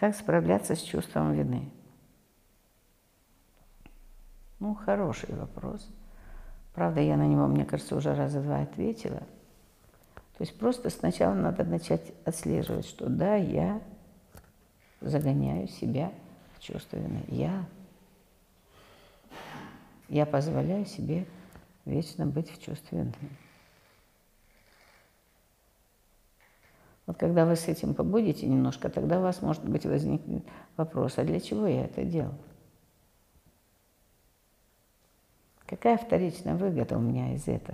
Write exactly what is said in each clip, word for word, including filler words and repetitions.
Как справляться с чувством вины? Ну, хороший вопрос. Правда, я на него, мне кажется, уже раза два ответила. То есть просто сначала надо начать отслеживать, что да, я загоняю себя в чувство вины. Я, я позволяю себе вечно быть в чувстве вины. Вот когда вы с этим побудете немножко, тогда у вас, может быть, возникнет вопрос, а для чего я это делал? Какая вторичная выгода у меня из этого?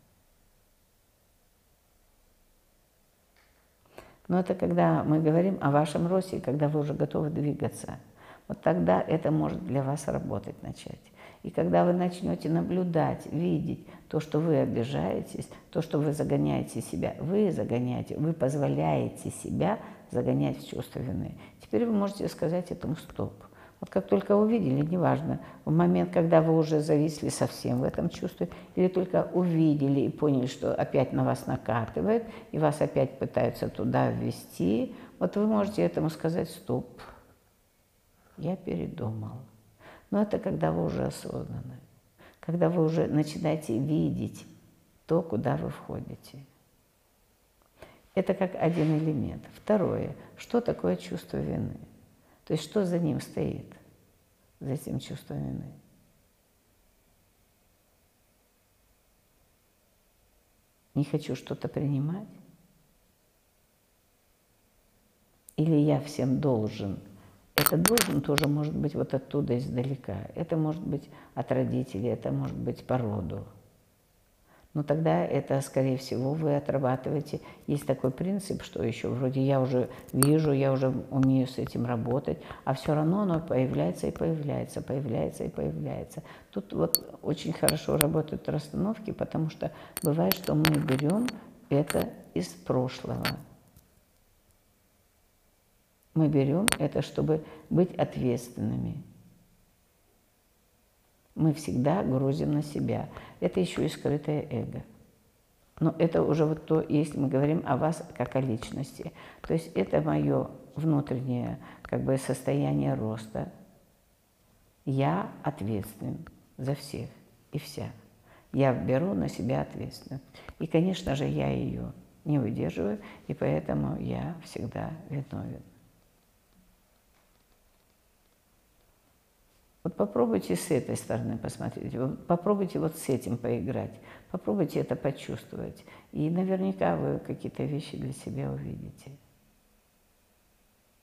Но это когда мы говорим о вашем росте, когда вы уже готовы двигаться. Вот тогда это может для вас работать начать. И когда вы начнете наблюдать, видеть то, что вы обижаетесь, то, что вы загоняете себя, вы загоняете, вы позволяете себя загонять в чувство вины. Теперь вы можете сказать этому стоп. Вот как только увидели, неважно, в момент, когда вы уже зависли совсем в этом чувстве, или только увидели и поняли, что опять на вас накатывает, и вас опять пытаются туда ввести, вот вы можете этому сказать стоп. Я передумал. Но это когда вы уже осознаны, когда вы уже начинаете видеть то, куда вы входите. Это как один элемент. Второе. Что такое чувство вины? То есть что за ним стоит, за этим чувством вины? Не хочу что-то принимать? Или я всем должен? Это должен тоже может быть вот оттуда издалека. Это может быть от родителей, это может быть по роду. Но тогда это, скорее всего, вы отрабатываете. Есть такой принцип, что еще вроде я уже вижу, я уже умею с этим работать, а все равно оно появляется и появляется, появляется и появляется. Тут вот очень хорошо работают расстановки, потому что бывает, что мы берем это из прошлого. Мы берем это, чтобы быть ответственными. Мы всегда грузим на себя. Это еще и скрытое эго. Но это уже вот то, если мы говорим о вас как о личности. То есть это мое внутреннее как бы состояние роста. Я ответственен за всех и вся. Я беру на себя ответственность. И, конечно же, я ее не выдерживаю, и поэтому я всегда виновен. Вот попробуйте с этой стороны посмотреть, попробуйте вот с этим поиграть, попробуйте это почувствовать. И наверняка вы какие-то вещи для себя увидите.